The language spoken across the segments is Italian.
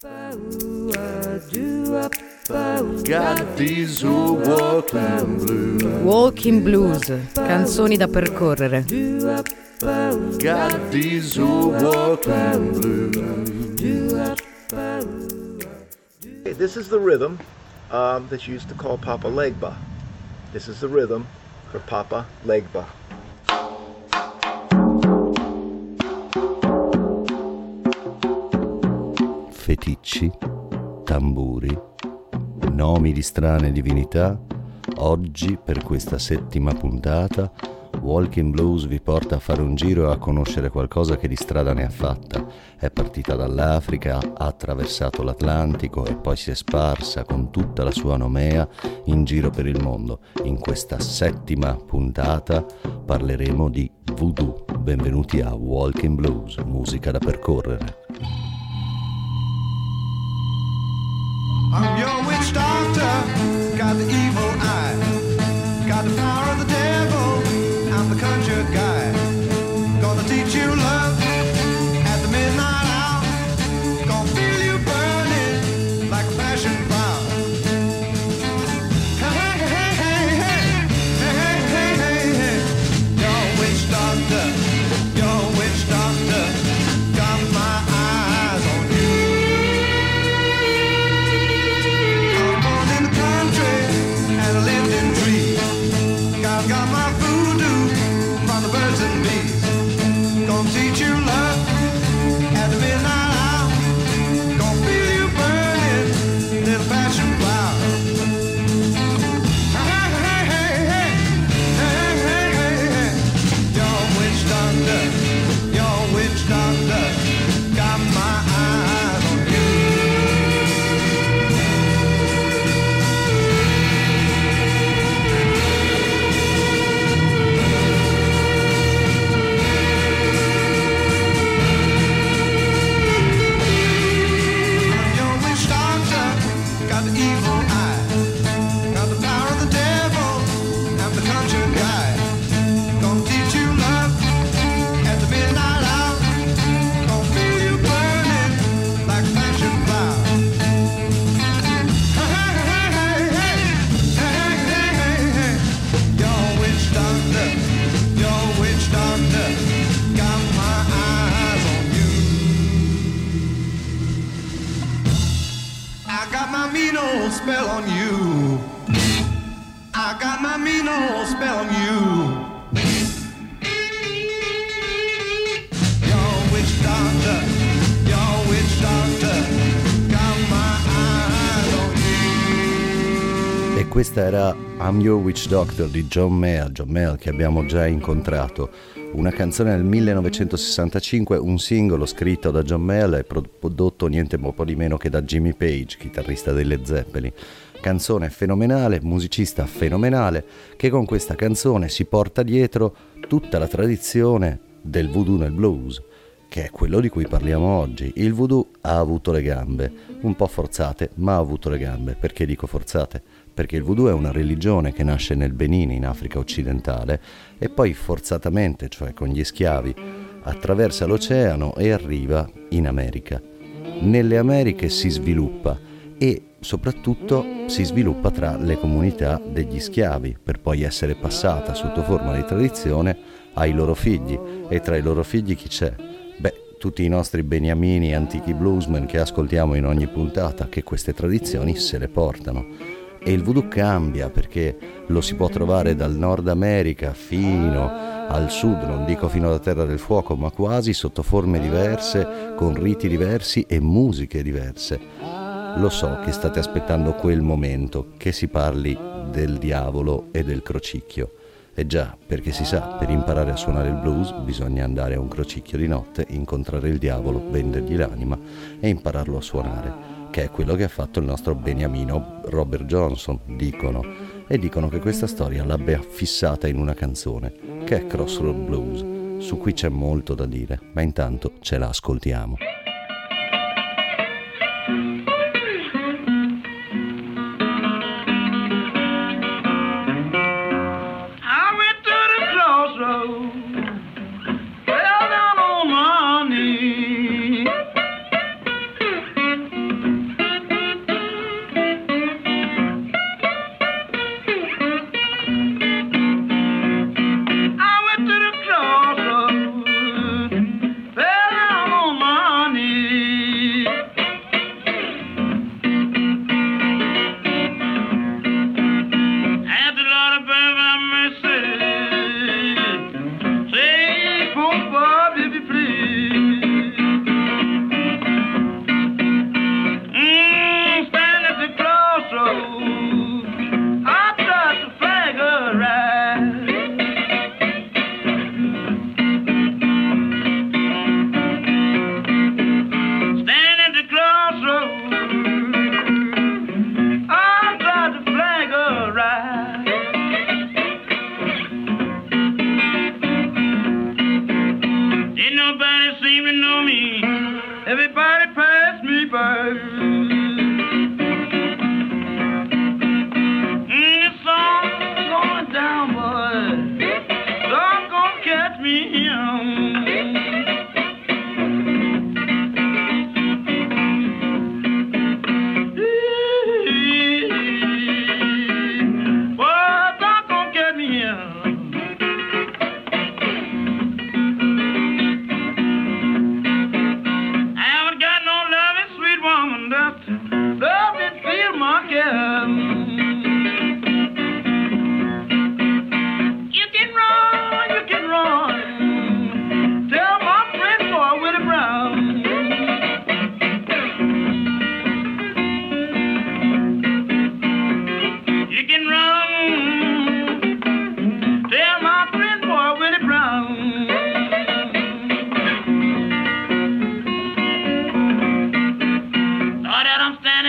Got these walking blues. Walking blues, canzoni da percorrere. Got these walking blues. This is the rhythm that's used to call Papa Legba. This is the rhythm for Papa Legba. Feticci, tamburi, nomi di strane divinità. Oggi, per questa 7ª puntata, Walking Blues vi porta a fare un giro e a conoscere qualcosa che di strada ne ha fatta. È partita dall'Africa, ha attraversato l'Atlantico e poi si è sparsa con tutta la sua nomea in giro per il mondo. In questa 7ª puntata parleremo di voodoo. Benvenuti a Walking Blues, musica da percorrere. I'm your witch doctor, got the evil eye, got the power of the devil, I'm the conjure guy, gonna teach you love at the midnight hour, gonna feel you burning like a passion flower. Hey, hey, hey, hey, hey, hey, hey, hey, your witch doctor, got my eyes on you. And I lived in trees. God got my voodoo from the birds and bees. Gonna teach you love at the midnight hour. Gonna feel you burning, little passion flower. Hey, hey, hey, hey, hey, hey, hey, hey. Your witch doctor, got my eyes on you. Spell on you. I got my mean old spell on you. Your witch doctor, got my eyes on you. E questa era I'm Your Witch Doctor di John Mayall che abbiamo già incontrato. Una canzone del 1965, un singolo scritto da John Mayall e prodotto niente po' di meno che da Jimmy Page, chitarrista dei Led Zeppelin. Canzone fenomenale, musicista fenomenale, che con questa canzone si porta dietro tutta la tradizione del voodoo nel blues, che è quello di cui parliamo oggi. Il voodoo ha avuto le gambe, un po' forzate, ma ha avuto le gambe. Perché dico forzate? Perché il voodoo è una religione che nasce nel Benin, in Africa occidentale, e poi forzatamente, cioè con gli schiavi, attraversa l'oceano e arriva in America. Nelle Americhe si sviluppa e soprattutto si sviluppa tra le comunità degli schiavi, per poi essere passata sotto forma di tradizione ai loro figli. E tra i loro figli chi c'è? Beh, tutti i nostri beniamini, antichi bluesmen che ascoltiamo in ogni puntata, che queste tradizioni se le portano. E il voodoo cambia perché lo si può trovare dal Nord America fino al sud, non dico fino alla Terra del Fuoco, ma quasi sotto forme diverse, con riti diversi e musiche diverse. Lo so che state aspettando quel momento che si parli del diavolo e del crocicchio. E già, perché si sa, per imparare a suonare il blues bisogna andare a un crocicchio di notte, incontrare il diavolo, vendergli l'anima e impararlo a suonare, che è quello che ha fatto il nostro beniamino Robert Johnson, dicono. E dicono che questa storia l'abbia fissata in una canzone, che è Crossroad Blues, su cui c'è molto da dire, ma intanto ce la ascoltiamo.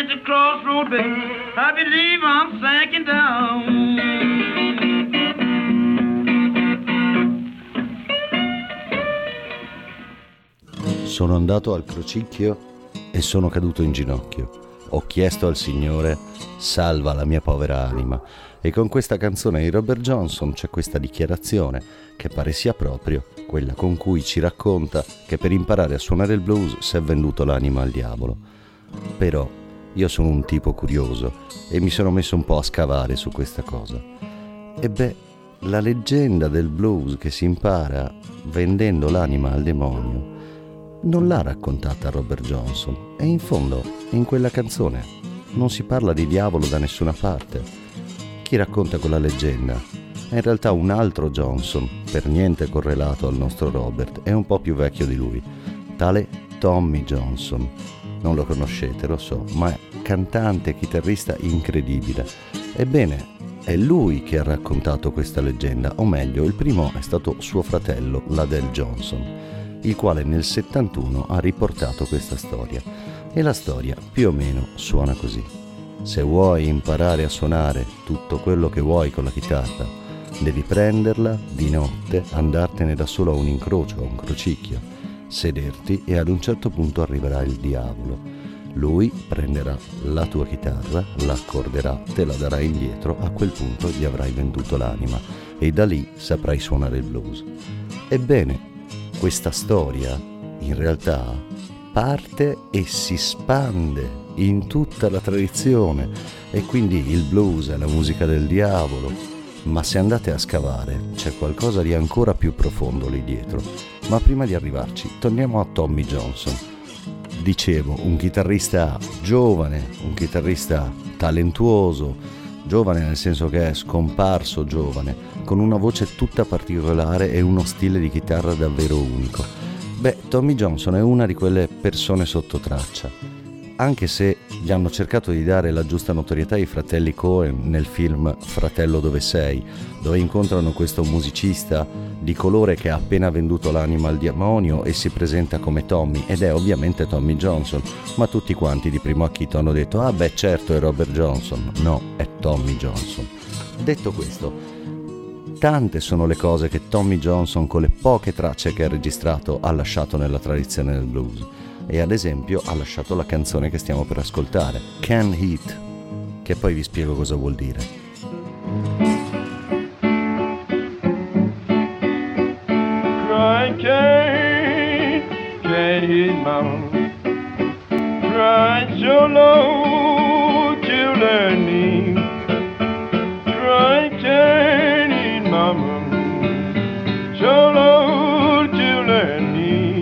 at the crossroad, baby. I believe I'm sinking down. Sono andato al crocicchio e sono caduto in ginocchio. Ho chiesto al Signore, salva la mia povera anima. E con questa canzone di Robert Johnson c'è questa dichiarazione che pare sia proprio quella con cui ci racconta che per imparare a suonare il blues si è venduto l'anima al diavolo. Però io sono un tipo curioso e mi sono messo un po' a scavare su questa cosa. E beh, la leggenda del blues che si impara vendendo l'anima al demonio non l'ha raccontata Robert Johnson e in fondo in quella canzone non si parla di diavolo da nessuna parte. Chi racconta quella leggenda è in realtà un altro Johnson, per niente correlato al nostro Robert, è un po' più vecchio di lui, tale Tommy Johnson. Non lo conoscete, lo so, ma è cantante e chitarrista incredibile. Ebbene, è lui che ha raccontato questa leggenda, o meglio, il primo è stato suo fratello, Ladell Johnson, il quale nel 71 ha riportato questa storia. E la storia più o meno suona così. Se vuoi imparare a suonare tutto quello che vuoi con la chitarra, devi prenderla di notte, andartene da solo a un incrocio, a un crocicchio, sederti e ad un certo punto arriverà il diavolo. Lui prenderà la tua chitarra, l'accorderà, te la darà indietro, a quel punto gli avrai venduto l'anima e da lì saprai suonare il blues. Ebbene, questa storia in realtà parte e si spande in tutta la tradizione e quindi il blues è la musica del diavolo, ma se andate a scavare c'è qualcosa di ancora più profondo lì dietro. Ma prima di arrivarci torniamo a Tommy Johnson. Dicevo, un chitarrista giovane, un chitarrista talentuoso, giovane nel senso che è scomparso giovane, con una voce tutta particolare e uno stile di chitarra davvero unico. Beh, Tommy Johnson è una di quelle persone sotto traccia, anche se gli hanno cercato di dare la giusta notorietà i fratelli Cohen nel film Fratello dove sei, dove incontrano questo musicista di colore che ha appena venduto l'anima al demonio e si presenta come Tommy, ed è ovviamente Tommy Johnson, ma tutti quanti di primo acchito hanno detto ah beh certo è Robert Johnson. No, è Tommy Johnson. Detto questo, tante sono le cose che Tommy Johnson con le poche tracce che ha registrato ha lasciato nella tradizione del blues. E ad esempio ha lasciato la canzone che stiamo per ascoltare, Can Heat, che poi vi spiego cosa vuol dire. Crying can't hit mama, crying so low till their knees, crying can't hit mama, so low till their knees.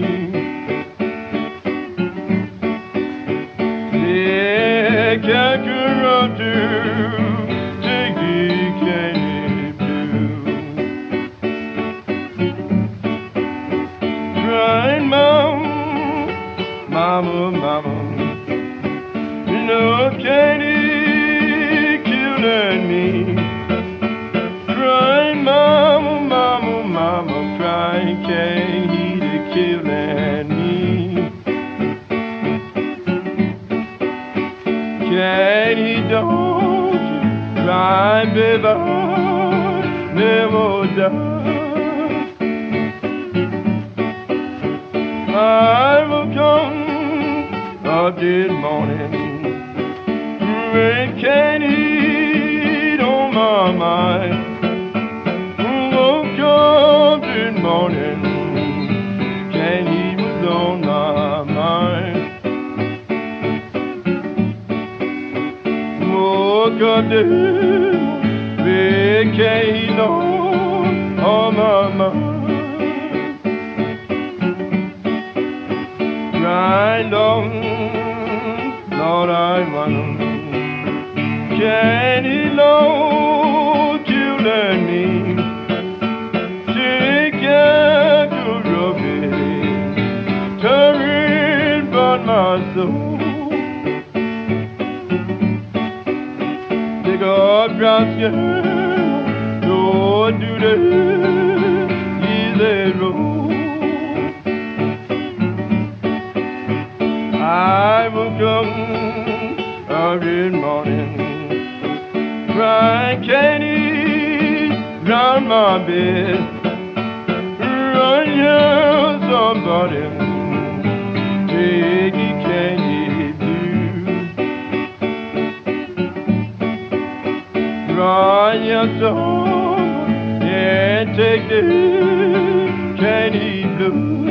Can't run to take the candy blue. Crying mama, you know candy killing me. Crying mama, crying candy killing me. Candy don't cry, baby, never die. I will come up this morning with candy on my mind. Will come this morning, candy was on my mind. Woke up the big cane on my mind. Grind on, Lord, I want candy low to let me take care to rub it, turn but my soul. God grants you don't do the easy road. I will come every morning. Crying can't eat round my bed. Run here, somebody, take it candy blue. Run your soul and take the candy blue.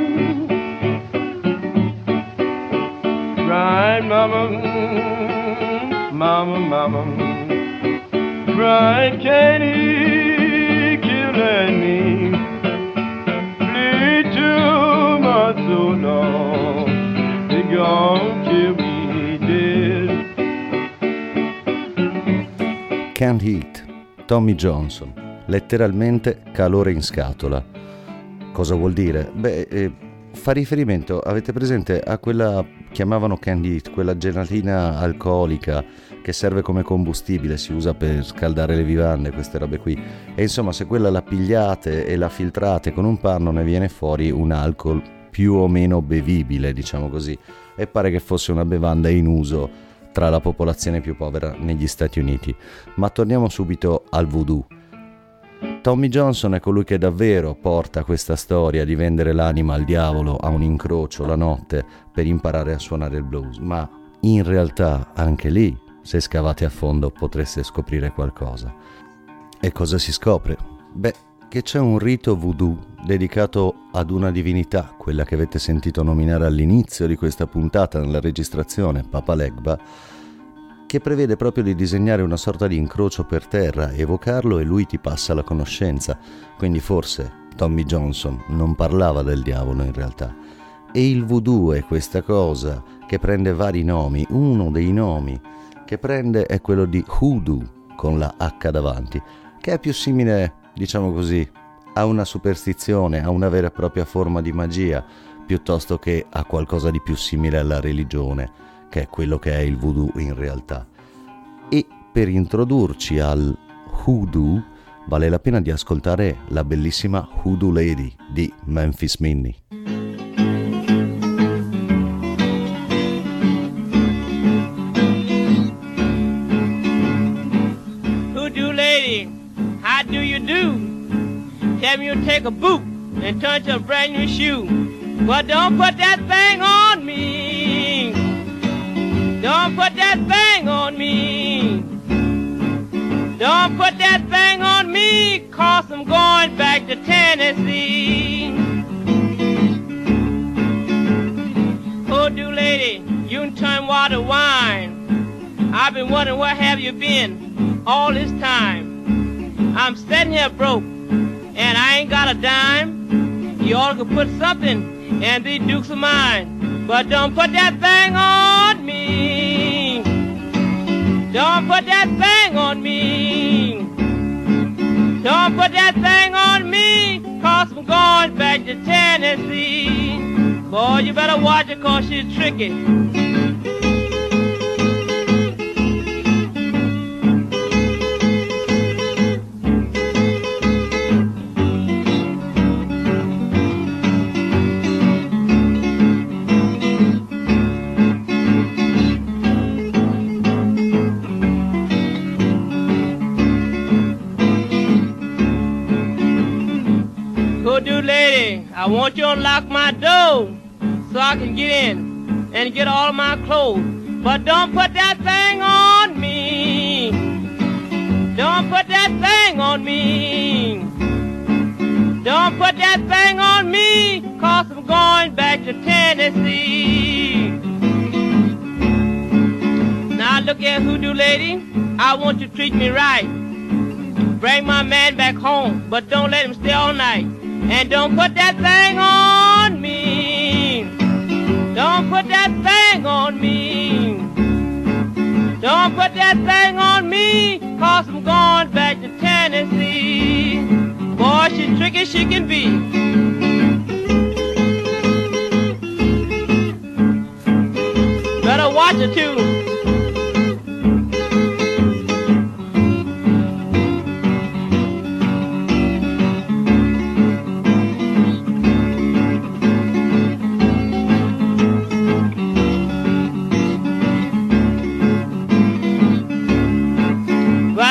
Right, mama, mama, mama. Crying candy killing me. Bleed too much so long. They gon' kill me dead. Can't Heat, Tommy Johnson, letteralmente calore in scatola. Cosa vuol dire? Fa riferimento, avete presente, a quella chiamavano Can't Heat, quella gelatina alcolica che serve come combustibile, si usa per scaldare le vivande, queste robe qui. E insomma, se quella la pigliate e la filtrate con un panno, ne viene fuori un alcol più o meno bevibile, diciamo così. E pare che fosse una bevanda in uso tra la popolazione più povera negli Stati Uniti. Ma torniamo subito al voodoo. Tommy Johnson è colui che davvero porta questa storia di vendere l'anima al diavolo a un incrocio la notte per imparare a suonare il blues, ma in realtà anche lì, se scavate a fondo, potreste scoprire qualcosa. E cosa si scopre? Che c'è un rito voodoo dedicato ad una divinità, quella che avete sentito nominare all'inizio di questa puntata nella registrazione, Papa Legba, che prevede proprio di disegnare una sorta di incrocio per terra, evocarlo e lui ti passa la conoscenza. Quindi forse Tommy Johnson non parlava del diavolo in realtà. E il voodoo è questa cosa che prende vari nomi. Uno dei nomi che prende è quello di hoodoo, con la H davanti, che è più simile, diciamo così, a una superstizione, a una vera e propria forma di magia, piuttosto che a qualcosa di più simile alla religione, che è quello che è il voodoo in realtà. E per introdurci al hoodoo vale la pena di ascoltare la bellissima Hoodoo Lady di Memphis Minnie. Hoodoo Lady, how do you do? Tell me you take a boot and turn to a brand new shoe, but don't put that thing on me. Don't put that thing on me. Don't put that thing on me, 'cause I'm going back to Tennessee. Hoodoo Lady, you can turn water wine. I've been wondering where have you been all this time. I'm sitting here broke, and I ain't got a dime. You ought to put something in these dukes of mine, but don't put that thing on me. Don't put that thing on me. Don't put that thing on me, 'cause I'm going back to Tennessee. Boy, you better watch it, 'cause she's tricky. Hoodoo Lady, I want you to unlock my door so I can get in and get all my clothes. But don't put that thing on me. Don't put that thing on me. Don't put that thing on me, 'cause I'm going back to Tennessee. Now look here, Hoodoo Lady, I want you to treat me right. Bring my man back home, but don't let him stay all night. And don't put that thing on me. Don't put that thing on me. Don't put that thing on me, 'cause I'm going back to Tennessee. Boy, she's tricky she can be. Better watch her too.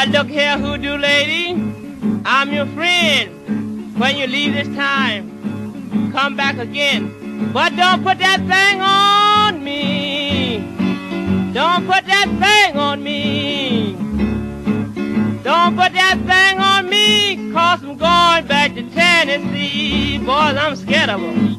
look here, hoodoo lady, I'm your friend. When you leave this time, come back again. But don't put that thing on me. Don't put that thing on me. Don't put that thing on me, 'cause I'm going back to Tennessee. Boys, I'm scared of them.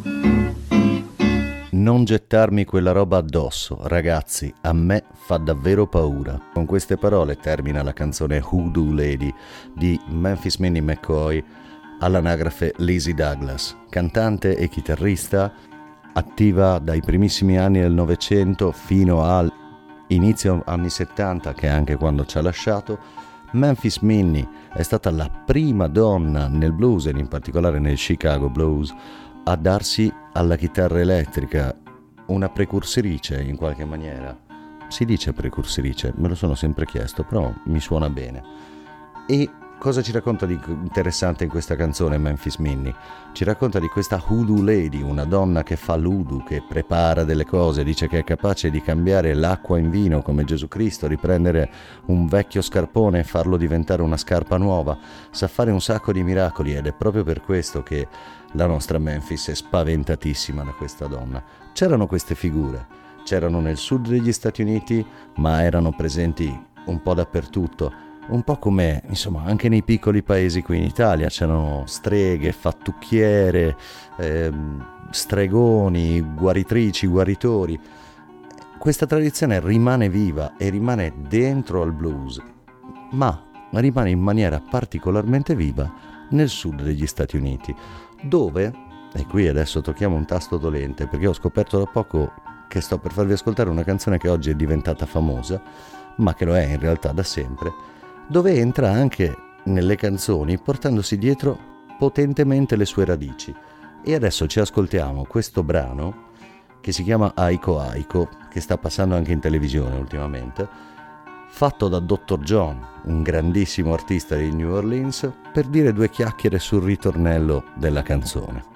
Non gettarmi quella roba addosso, ragazzi, a me fa davvero paura. Con queste parole termina la canzone Hoodoo Lady di Memphis Minnie McCoy, all'anagrafe Lizzie Douglas, cantante e chitarrista, attiva dai primissimi anni del Novecento fino all'inizio anni 70, che è anche quando ci ha lasciato. Memphis Minnie è stata la prima donna nel blues, e in particolare nel Chicago blues, a darsi alla chitarra elettrica, una precursorice in qualche maniera. Si dice precursorice, me lo sono sempre chiesto, però mi suona bene. E cosa ci racconta di interessante in questa canzone Memphis Minnie? Ci racconta di questa Hoodoo Lady, una donna che fa l'udu, che prepara delle cose, dice che è capace di cambiare l'acqua in vino come Gesù Cristo, riprendere un vecchio scarpone e farlo diventare una scarpa nuova, sa fare un sacco di miracoli, ed è proprio per questo che la nostra Memphis è spaventatissima da questa donna. C'erano queste figure, c'erano nel sud degli Stati Uniti, ma erano presenti un po' dappertutto. Un po' come, insomma, anche nei piccoli paesi qui in Italia c'erano streghe, fattucchiere, stregoni, guaritrici, guaritori. Questa tradizione rimane viva e rimane dentro al blues, ma rimane in maniera particolarmente viva nel sud degli Stati Uniti, dove, e qui adesso tocchiamo un tasto dolente, perché ho scoperto da poco che sto per farvi ascoltare una canzone che oggi è diventata famosa, ma che lo è in realtà da sempre, dove entra anche nelle canzoni portandosi dietro potentemente le sue radici. E adesso ci ascoltiamo questo brano che si chiama Aiko Aiko, che sta passando anche in televisione ultimamente, fatto da Dr. John, un grandissimo artista di New Orleans, per dire due chiacchiere sul ritornello della canzone.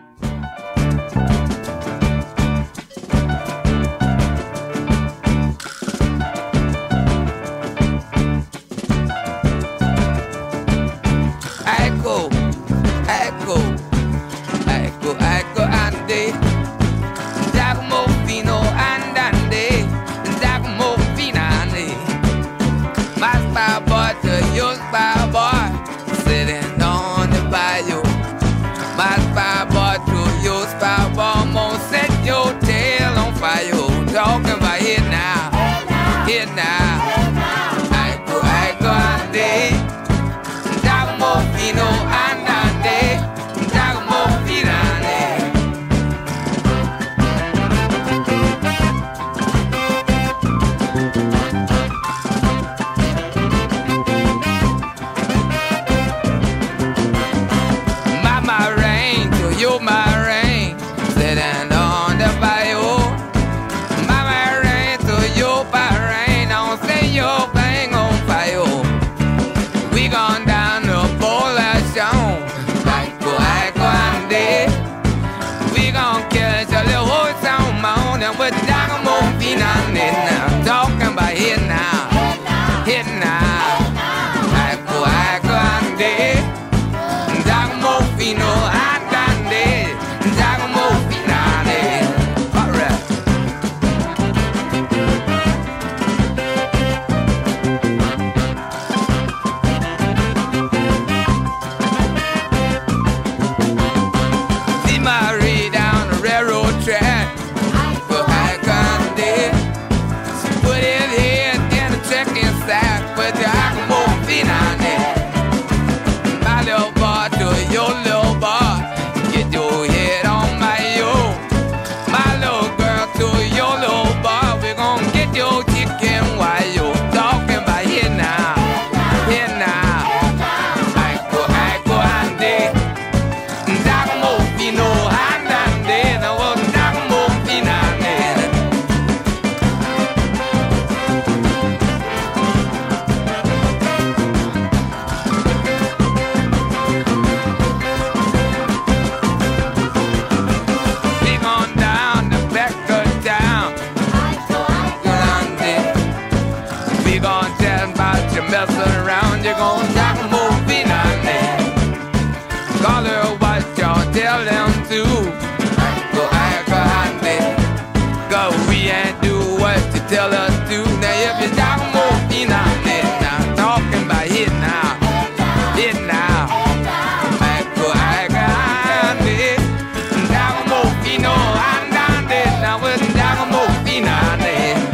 Messing around you're gonna knock them over in our neck. Call what y'all tell them to. Go act honey. Go we ain't do what you tell us to. Now if you knock them over in our neck, now talking about it now. It now. Go act honey. Knock them over, you know I'm down there. Now we're knock them over in our neck.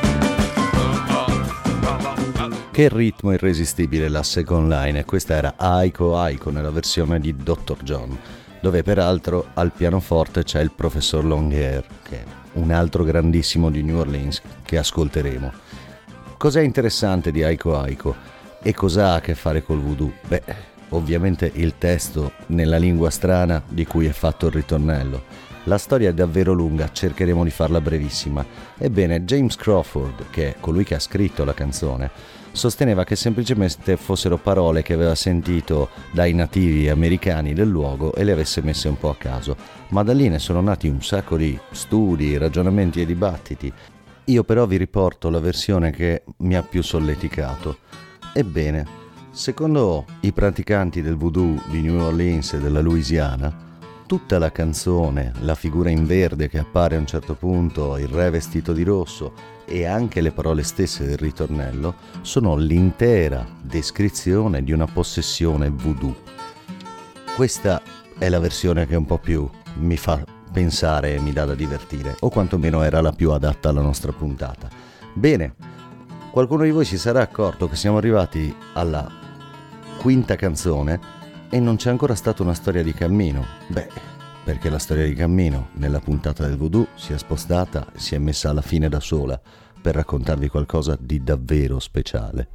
Che ritmo irresistibile la second line, e questa era Aiko Aiko nella versione di Dr. John, dove peraltro al pianoforte c'è il professor Longhair, che è un altro grandissimo di New Orleans che ascolteremo. Cos'è interessante di Aiko Aiko e cosa ha a che fare col voodoo? Beh, ovviamente il testo nella lingua strana di cui è fatto il ritornello. La storia è davvero lunga, cercheremo di farla brevissima. Ebbene, James Crawford, che è colui che ha scritto la canzone, sosteneva che semplicemente fossero parole che aveva sentito dai nativi americani del luogo e le avesse messe un po' a caso, ma da lì ne sono nati un sacco di studi, ragionamenti e dibattiti. Io però vi riporto la versione che mi ha più solleticato. Ebbene, secondo i praticanti del voodoo di New Orleans e della Louisiana, tutta la canzone, la figura in verde che appare a un certo punto, il re vestito di rosso e anche le parole stesse del ritornello sono l'intera descrizione di una possessione voodoo. Questa è la versione che un po' più mi fa pensare e mi dà da divertire, o quantomeno era la più adatta alla nostra puntata. Bene, qualcuno di voi si sarà accorto che siamo arrivati alla quinta canzone e non c'è ancora stata una storia di cammino. Beh, perché la storia di cammino nella puntata del voodoo si è spostata e si è messa alla fine da sola per raccontarvi qualcosa di davvero speciale.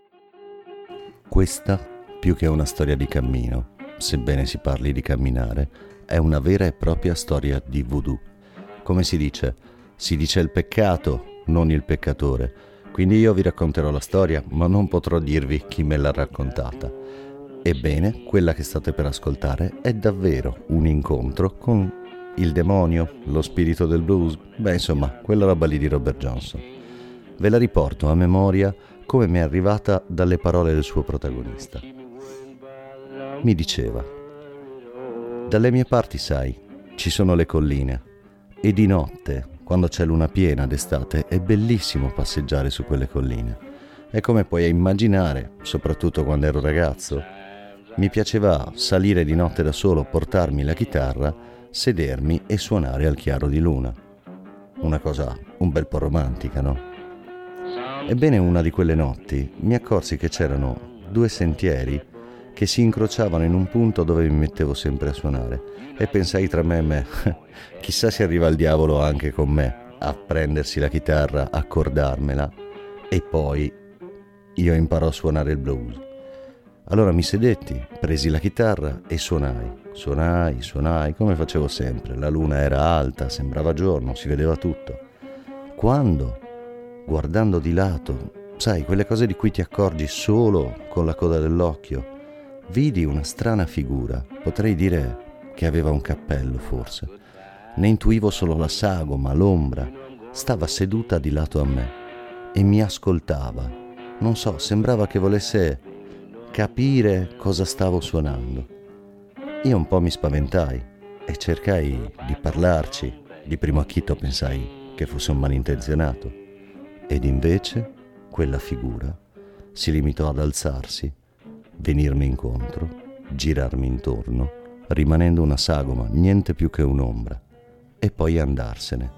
Questa, più che una storia di cammino, sebbene si parli di camminare, è una vera e propria storia di voodoo. Come si dice? Si dice il peccato, non il peccatore. Quindi io vi racconterò la storia, ma non potrò dirvi chi me l'ha raccontata. Ebbene, quella che state per ascoltare è davvero un incontro con il demonio, lo spirito del blues, beh insomma, quella roba lì di Robert Johnson. Ve la riporto a memoria come mi è arrivata dalle parole del suo protagonista. Mi diceva: dalle mie parti, sai, ci sono le colline e di notte, quando c'è luna piena d'estate, è bellissimo passeggiare su quelle colline. E come puoi immaginare, soprattutto quando ero ragazzo, mi piaceva salire di notte da solo, portarmi la chitarra, sedermi e suonare al chiaro di luna. Una cosa un bel po' romantica, no? Ebbene, una di quelle notti mi accorsi che c'erano due sentieri che si incrociavano in un punto dove mi mettevo sempre a suonare e pensai tra me e me, chissà se arriva il diavolo anche con me a prendersi la chitarra, accordarmela e poi io imparò a suonare il blues. Allora mi sedetti, presi la chitarra e suonai, come facevo sempre. La luna era alta, sembrava giorno, si vedeva tutto. Quando, guardando di lato, sai, quelle cose di cui ti accorgi solo con la coda dell'occhio, vidi una strana figura, potrei dire che aveva un cappello forse. Ne intuivo solo la sagoma, l'ombra, stava seduta di lato a me e mi ascoltava. Non so, sembrava che volesse capire cosa stavo suonando. Io un po' mi spaventai e cercai di parlarci. Di primo acchito pensai che fosse un malintenzionato. Ed invece quella figura si limitò ad alzarsi, venirmi incontro, girarmi intorno, rimanendo una sagoma, niente più che un'ombra, e poi andarsene.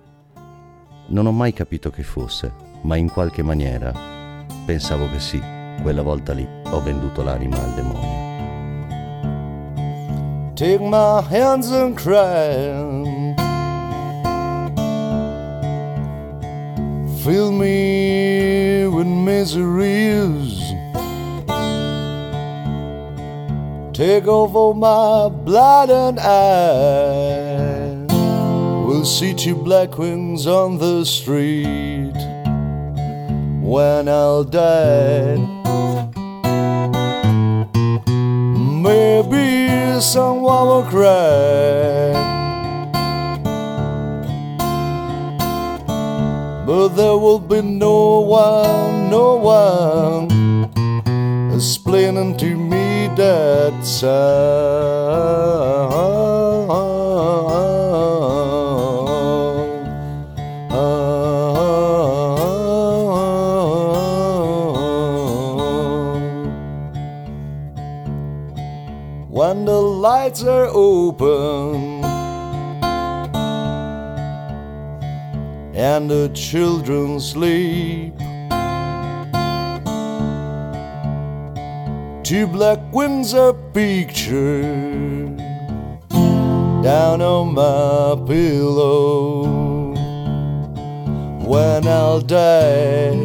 Non ho mai capito che fosse, ma in qualche maniera pensavo che sì, quella volta lì ho venduto l'anima al demonio. Take my hands and cry, fill me with miseries, take over my blood and I will see two black wings on the street when I'll die. Maybe someone will cry, but there will be no one explaining to me that when the lights are open and the children sleep, two black wings are pictured down on my pillow. When I'll die,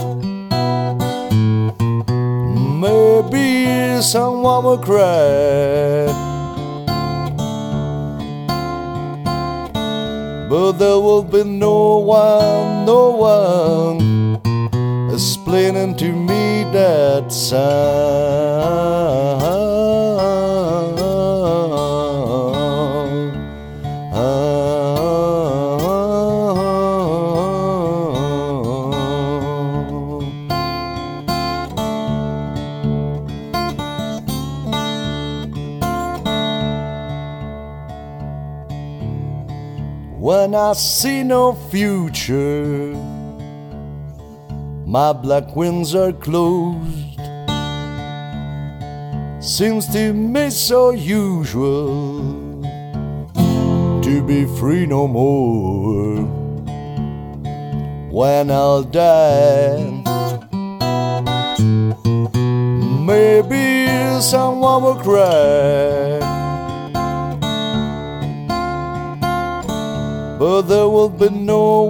maybe someone will cry, but there will be no one explaining to me that when I see no future, my black wings are closed. Seems to me so usual to be free no more. When I'll die, maybe someone will cry, but there will be no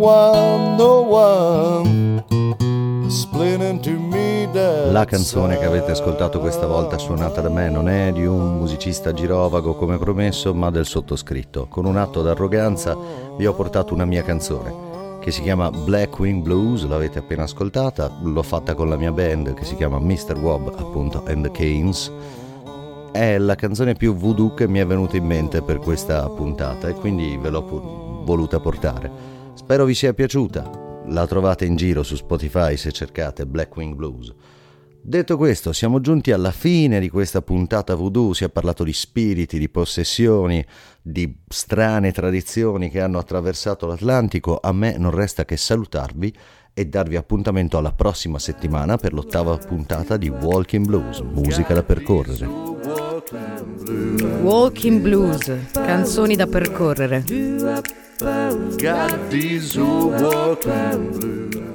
one explaining to me that. La canzone che avete ascoltato questa volta suonata da me non è di un musicista girovago come promesso, ma del sottoscritto. Con un atto d'arroganza vi ho portato una mia canzone che si chiama Blackwing Blues, l'avete appena ascoltata, l'ho fatta con la mia band che si chiama Mr. Wob, appunto, and the Canes. È la canzone più voodoo che mi è venuta in mente per questa puntata e quindi ve l'ho voluta portare. Spero vi sia piaciuta. La trovate in giro su Spotify se cercate Blackwing Blues. Detto questo, siamo giunti alla fine di questa puntata voodoo. Si è parlato di spiriti, di possessioni, di strane tradizioni che hanno attraversato l'Atlantico. A me non resta che salutarvi e darvi appuntamento alla prossima settimana per l'8ª puntata di Walking Blues, musica da percorrere. Walking Blues, canzoni da percorrere. Got these old walking blues.